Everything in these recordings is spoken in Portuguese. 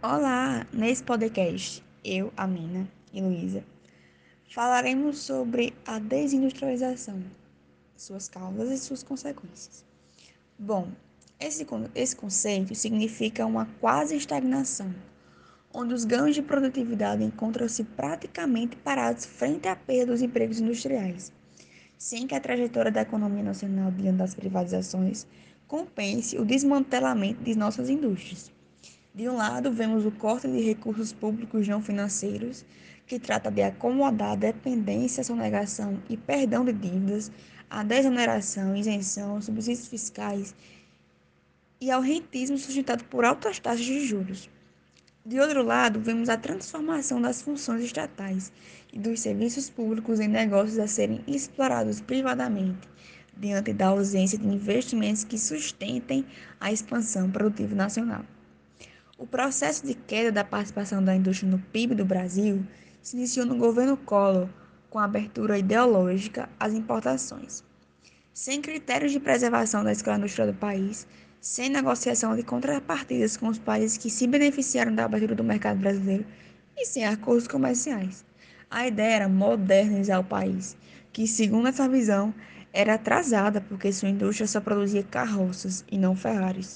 Olá! Nesse podcast, eu, Amina e Luísa falaremos sobre a desindustrialização, suas causas e suas consequências. Bom, esse conceito significa uma quase estagnação, onde os ganhos de produtividade encontram-se praticamente parados frente à perda dos empregos industriais, sem que a trajetória da economia nacional diante das privatizações compense o desmantelamento de nossas indústrias. De um lado, vemos o corte de recursos públicos não financeiros, que trata de acomodar a dependência, sonegação e perdão de dívidas, a desoneração, isenção, subsídios fiscais e ao rentismo sustentado por altas taxas de juros. De outro lado, vemos a transformação das funções estatais e dos serviços públicos em negócios a serem explorados privadamente, diante da ausência de investimentos que sustentem a expansão produtiva nacional. O processo de queda da participação da indústria no PIB do Brasil se iniciou no governo Collor, com a abertura ideológica às importações. Sem critérios de preservação da escala industrial do país, sem negociação de contrapartidas com os países que se beneficiaram da abertura do mercado brasileiro e sem acordos comerciais. A ideia era modernizar o país, que, segundo essa visão, era atrasada porque sua indústria só produzia carroças e não Ferraris.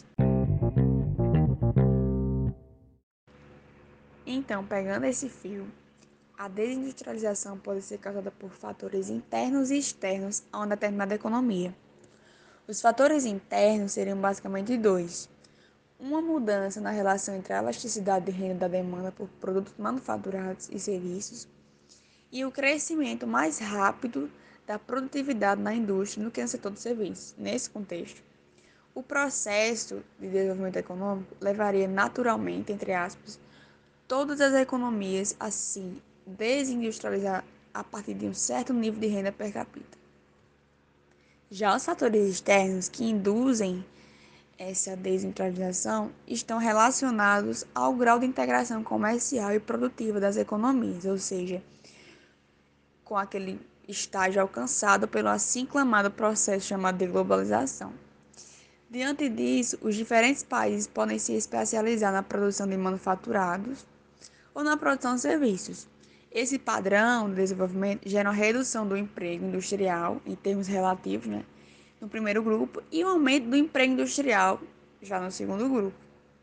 Então, pegando esse fio, a desindustrialização pode ser causada por fatores internos e externos a uma determinada economia. Os fatores internos seriam basicamente dois: uma mudança na relação entre a elasticidade de renda da demanda por produtos manufaturados e serviços e o crescimento mais rápido da produtividade na indústria do que no setor de serviços. Nesse contexto, o processo de desenvolvimento econômico levaria naturalmente, entre aspas, todas as economias a se desindustrializar a partir de um certo nível de renda per capita. Já os fatores externos que induzem essa desindustrialização estão relacionados ao grau de integração comercial e produtiva das economias, ou seja, com aquele estágio alcançado pelo assim clamado processo chamado de globalização. Diante disso, os diferentes países podem se especializar na produção de manufaturados ou na produção de serviços. Esse padrão de desenvolvimento gera uma redução do emprego industrial, em termos relativos, né, no primeiro grupo, e um aumento do emprego industrial, já no segundo grupo.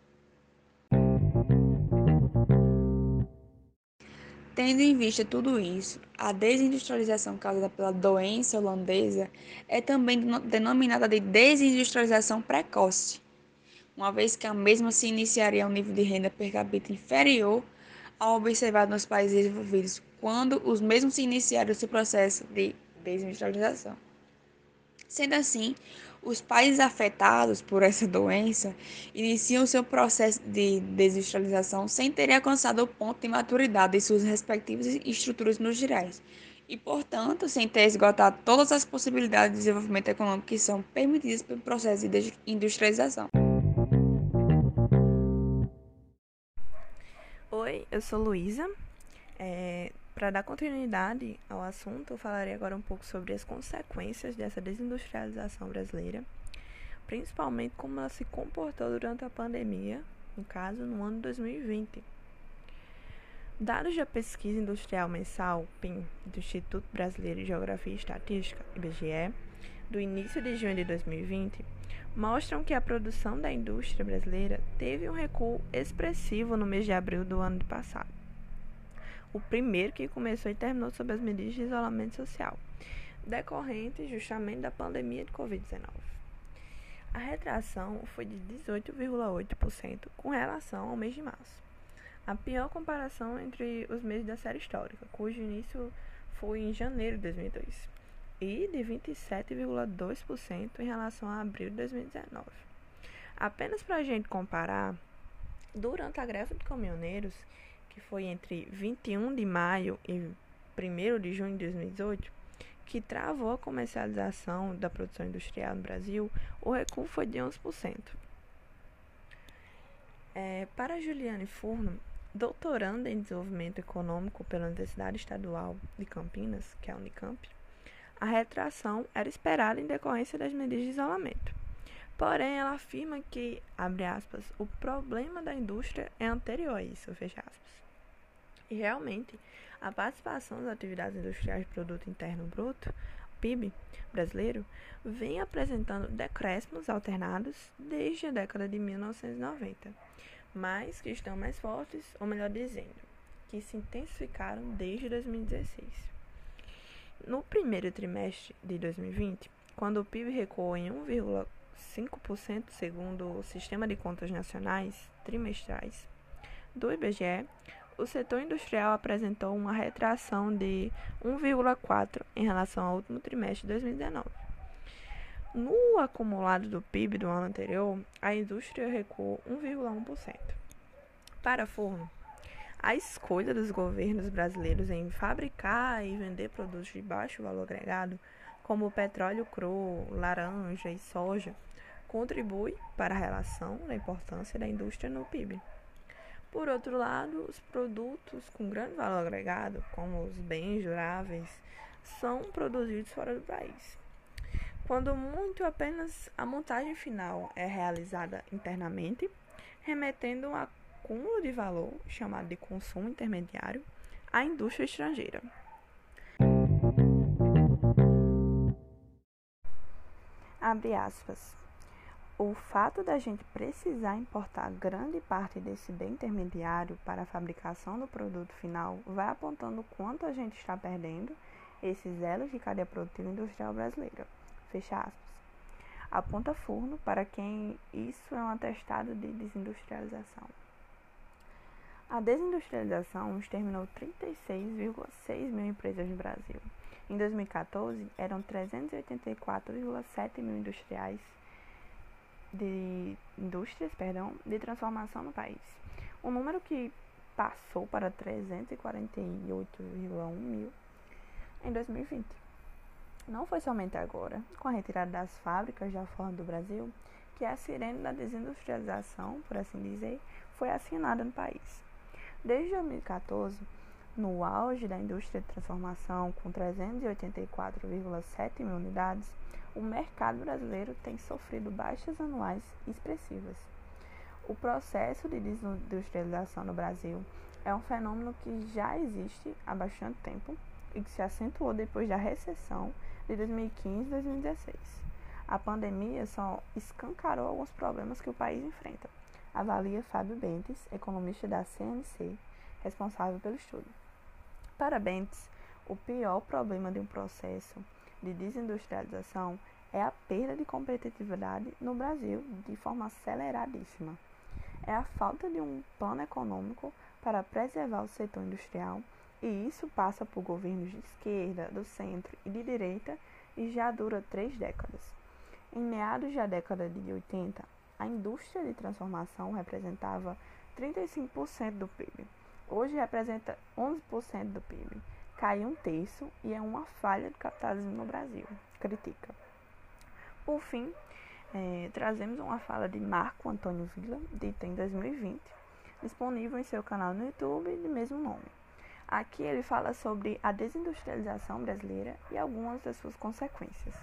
Tendo em vista tudo isso, a desindustrialização causada pela doença holandesa é também denominada de desindustrialização precoce, uma vez que a mesma se iniciaria a um nível de renda per capita inferior ao observado nos países desenvolvidos, quando os mesmos se iniciaram o seu processo de desindustrialização. Sendo assim, os países afetados por essa doença iniciam seu processo de desindustrialização sem terem alcançado o ponto de maturidade de suas respectivas estruturas industriais e, portanto, sem ter esgotado todas as possibilidades de desenvolvimento econômico que são permitidas pelo processo de industrialização. Oi, eu sou Luísa. Para dar continuidade ao assunto, eu falarei agora um pouco sobre as consequências dessa desindustrialização brasileira, principalmente como ela se comportou durante a pandemia, no caso, no ano 2020. Dados da Pesquisa Industrial Mensal, PIM, do Instituto Brasileiro de Geografia e Estatística, IBGE, do início de junho de 2020, mostram que a produção da indústria brasileira teve um recuo expressivo no mês de abril do ano passado. O primeiro que começou e terminou sob as medidas de isolamento social, decorrente justamente da pandemia de Covid-19. A retração foi de 18,8% com relação ao mês de março. A pior comparação entre os meses da série histórica, cujo início foi em janeiro de 2002, e de 27,2% em relação a abril de 2019. Apenas para a gente comparar, durante a greve de caminhoneiros, que foi entre 21 de maio e 1º de junho de 2018, que travou a comercialização da produção industrial no Brasil, o recuo foi de 11%. Para Juliane Furno, doutoranda em desenvolvimento econômico pela Universidade Estadual de Campinas, que é a Unicamp, a retração era esperada em decorrência das medidas de isolamento. Porém, ela afirma que, abre aspas, o problema da indústria é anterior a isso, fecha aspas. E realmente, a participação das atividades industriais de produto interno bruto, PIB, brasileiro, vem apresentando decréscimos alternados desde a década de 1990, mas que estão mais fortes, ou melhor dizendo, que se intensificaram desde 2016. No primeiro trimestre de 2020, quando o PIB recuou em 1,5% segundo o Sistema de Contas Nacionais trimestrais do IBGE, o setor industrial apresentou uma retração de 1,4% em relação ao último trimestre de 2019. No acumulado do PIB do ano anterior, a indústria recuou 1,1%. Para Furno, a escolha dos governos brasileiros em fabricar e vender produtos de baixo valor agregado, como petróleo cru, laranja e soja, contribui para a relação da importância da indústria no PIB. Por outro lado, os produtos com grande valor agregado, como os bens duráveis, são produzidos fora do país. Quando muito, apenas a montagem final é realizada internamente, remetendo a acúmulo de valor, chamado de consumo intermediário, à indústria estrangeira. Abre aspas. O fato da gente precisar importar grande parte desse bem intermediário para a fabricação do produto final vai apontando quanto a gente está perdendo esses elos de cadeia produtiva industrial brasileira. Fecha aspas. Aponta Furno, para quem isso é um atestado de desindustrialização. A desindustrialização exterminou 36,6 mil empresas no Brasil. Em 2014, eram 384,7 mil indústrias de transformação no país. Um número que passou para 348,1 mil em 2020. Não foi somente agora, com a retirada das fábricas já fora do Brasil, que a sirene da desindustrialização, por assim dizer, foi acionada no país. Desde 2014, no auge da indústria de transformação, com 384,7 mil unidades, o mercado brasileiro tem sofrido baixas anuais expressivas. O processo de desindustrialização no Brasil é um fenômeno que já existe há bastante tempo e que se acentuou depois da recessão de 2015 e 2016. A pandemia só escancarou alguns problemas que o país enfrenta, avalia Fábio Bentes, economista da CNC, responsável pelo estudo. Para Bentes, o pior problema de um processo de desindustrialização é a perda de competitividade no Brasil de forma aceleradíssima. É a falta de um plano econômico para preservar o setor industrial, e isso passa por governos de esquerda, do centro e de direita e já dura 3 décadas. Em meados da década de 80, a indústria de transformação representava 35% do PIB. Hoje representa 11% do PIB. Cai 1/3 e é uma falha do capitalismo no Brasil, critica. Por fim, trazemos uma fala de Marco Antônio Villa, dita em 2020, disponível em seu canal no YouTube de mesmo nome. Aqui ele fala sobre a desindustrialização brasileira e algumas das suas consequências.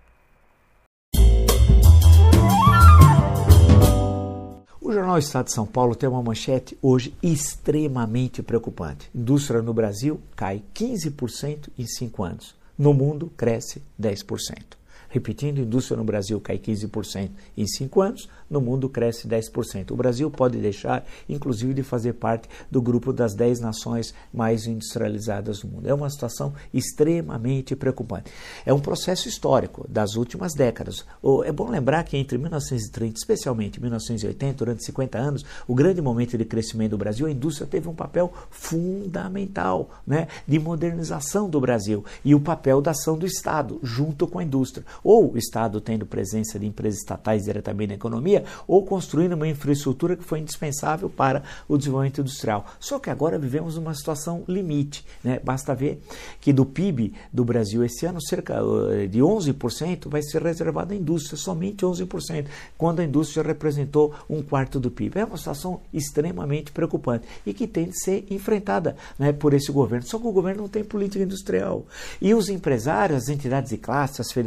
O jornal Estado de São Paulo tem uma manchete hoje extremamente preocupante. Indústria no Brasil cai 15% em 5 anos. No mundo, cresce 10%. Repetindo, indústria no Brasil cai 15% em 5 anos, no mundo cresce 10%. O Brasil pode deixar, inclusive, de fazer parte do grupo das 10 nações mais industrializadas do mundo. É uma situação extremamente preocupante. É um processo histórico das últimas décadas. É bom lembrar que entre 1930, especialmente 1980, durante 50 anos, o grande momento de crescimento do Brasil, a indústria teve um papel fundamental, né, de modernização do Brasil e o papel da ação do Estado junto com a indústria. Ou o Estado tendo presença de empresas estatais diretamente na economia, ou construindo uma infraestrutura que foi indispensável para o desenvolvimento industrial. Só que agora vivemos uma situação limite, né? Basta ver que do PIB do Brasil esse ano, cerca de 11% vai ser reservado à indústria, somente 11%, quando a indústria representou 1/4 do PIB. É uma situação extremamente preocupante e que tem de ser enfrentada, né, por esse governo. Só que o governo não tem política industrial. E os empresários, as entidades de classe, as federações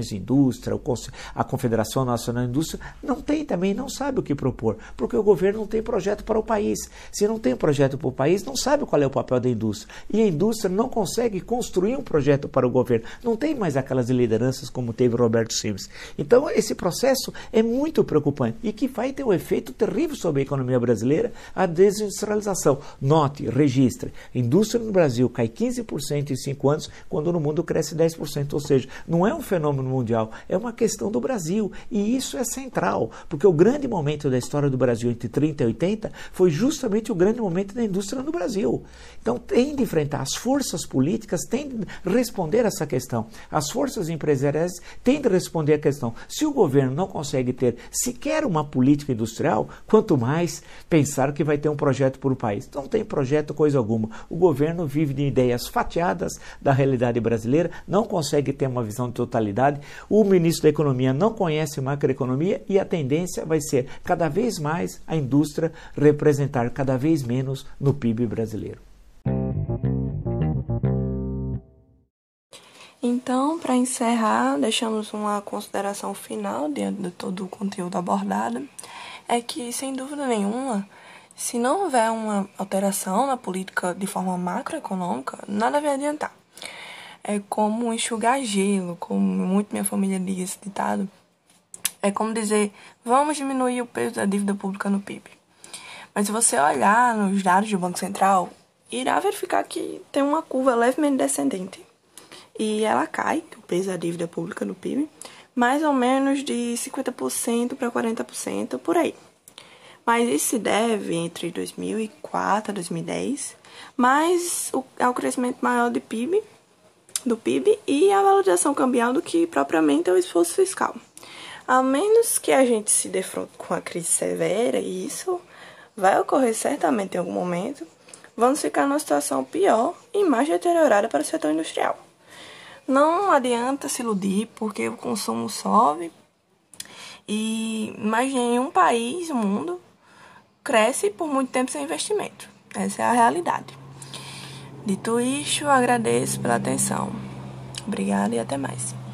de Indústria, a Confederação Nacional de Indústria, não sabe o que propor, porque o governo não tem projeto para o país. Se não tem projeto para o país, não sabe qual é o papel da indústria. E a indústria não consegue construir um projeto para o governo. Não tem mais aquelas lideranças como teve Roberto Simes. Então, esse processo é muito preocupante e que vai ter um efeito terrível sobre a economia brasileira, a desindustrialização. Note, registre, a indústria no Brasil cai 15% em 5 anos, quando no mundo cresce 10%. Ou seja, não é um fenômeno mundial, é uma questão do Brasil. E isso é central, porque o grande momento da história do Brasil entre 30 e 80 foi justamente o grande momento da indústria no Brasil. Então tem de enfrentar, as forças políticas têm de responder a essa questão, as forças empresariais têm de responder a questão. Se o governo não consegue ter sequer uma política industrial, quanto mais pensar que vai ter um projeto para o país. Não tem projeto coisa alguma. O governo vive de ideias fatiadas da realidade brasileira, não consegue ter uma visão de totalidade, o ministro da Economia não conhece macroeconomia e a tendência vai ser cada vez mais a indústria representar cada vez menos no PIB brasileiro. Então, para encerrar, deixamos uma consideração final diante de todo o conteúdo abordado, é que, sem dúvida nenhuma, se não houver uma alteração na política de forma macroeconômica, nada vai adiantar. É como enxugar gelo, como muito minha família diz esse ditado. É como dizer, vamos diminuir o peso da dívida pública no PIB. Mas se você olhar nos dados do Banco Central, irá verificar que tem uma curva levemente descendente. E ela cai, o peso da dívida pública no PIB, mais ou menos de 50% para 40%, por aí. Mas isso se deve entre 2004 e 2010, mais ao crescimento maior do PIB e a valorização cambial do que propriamente é o esforço fiscal. A menos que a gente se defronte com a crise severa, e isso vai ocorrer certamente em algum momento, vamos ficar numa situação pior e mais deteriorada para o setor industrial. Não adianta se iludir, porque o consumo sobe e mais nenhum país do mundo cresce por muito tempo sem investimento. Essa é a realidade. Dito isto, agradeço pela atenção. Obrigada e até mais.